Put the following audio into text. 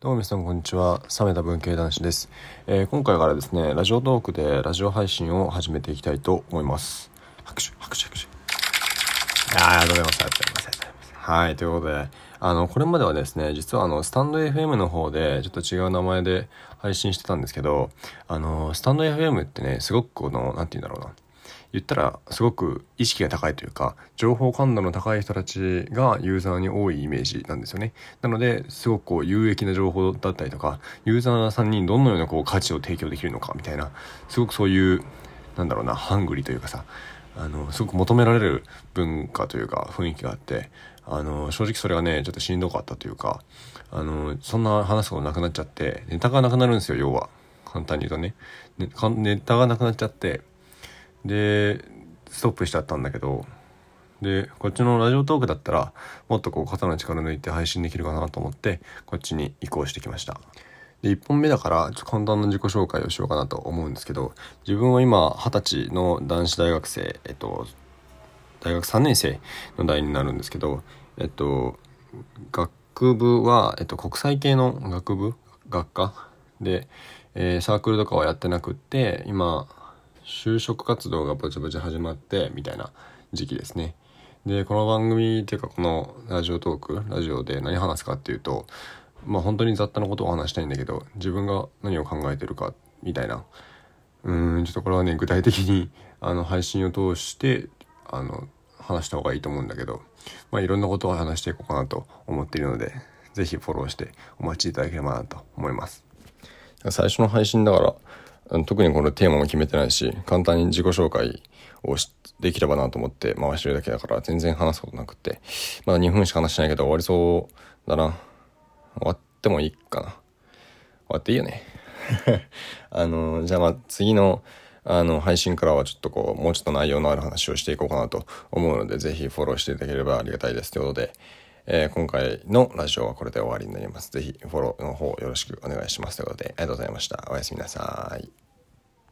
どうも皆さんこんにちは。冷めた文系男子です。今回からですね、ラジオトークでラジオ配信を始めていきたいと思います。拍手。ありがとうございます。はい、ということで、これまではですね、実はスタンド FM の方でちょっと違う名前で配信してたんですけど、スタンド FM ってね、すごくなんて言うんだろうな。言ったらすごく意識が高いというか、情報感度の高い人たちがユーザーに多いイメージなんですよね。なのですごく有益な情報だったりとか、ユーザーさんにどのような価値を提供できるのかみたいな、すごくそういうハングリーというかさ、すごく求められる文化というか雰囲気があって、正直それがねちょっとしんどかったというか、そんな話すことなくなっちゃって、ネタがなくなるんですよ。要は簡単に言うとね、ネタがなくなっちゃって、でストップしちゃったんだけど、でこっちのラジオトークだったらもっと肩の力抜いて配信できるかなと思ってこっちに移行してきました。で1本目だからちょっと簡単な自己紹介をしようかなと思うんですけど、自分は今20歳の男子大学生、大学3年生の代になるんですけど、学部は、国際系の学科で、サークルとかはやってなくって、今就職活動がぼちぼち始まってみたいな時期ですね。でこの番組っていうかこのラジオで何話すかっていうと、本当に雑多なことを話したいんだけど、自分が何を考えてるかみたいな、ちょっとこれはね具体的に配信を通して話した方がいいと思うんだけど、いろんなことを話していこうかなと思っているので、ぜひフォローしてお待ちいただければなと思います。最初の配信だから特にこれテーマも決めてないし、簡単に自己紹介をできればなと思って回してるだけだから全然話すことなくて、まだ2分しか話してないけど終わりそうだな。終わってもいいかな。終わっていいよね。じゃあ次の配信からはちょっともうちょっと内容のある話をしていこうかなと思うので、ぜひフォローしていただければありがたいですということで、今回のラジオはこれで終わりになります。ぜひフォローの方よろしくお願いしますということで、ありがとうございました。おやすみなさい。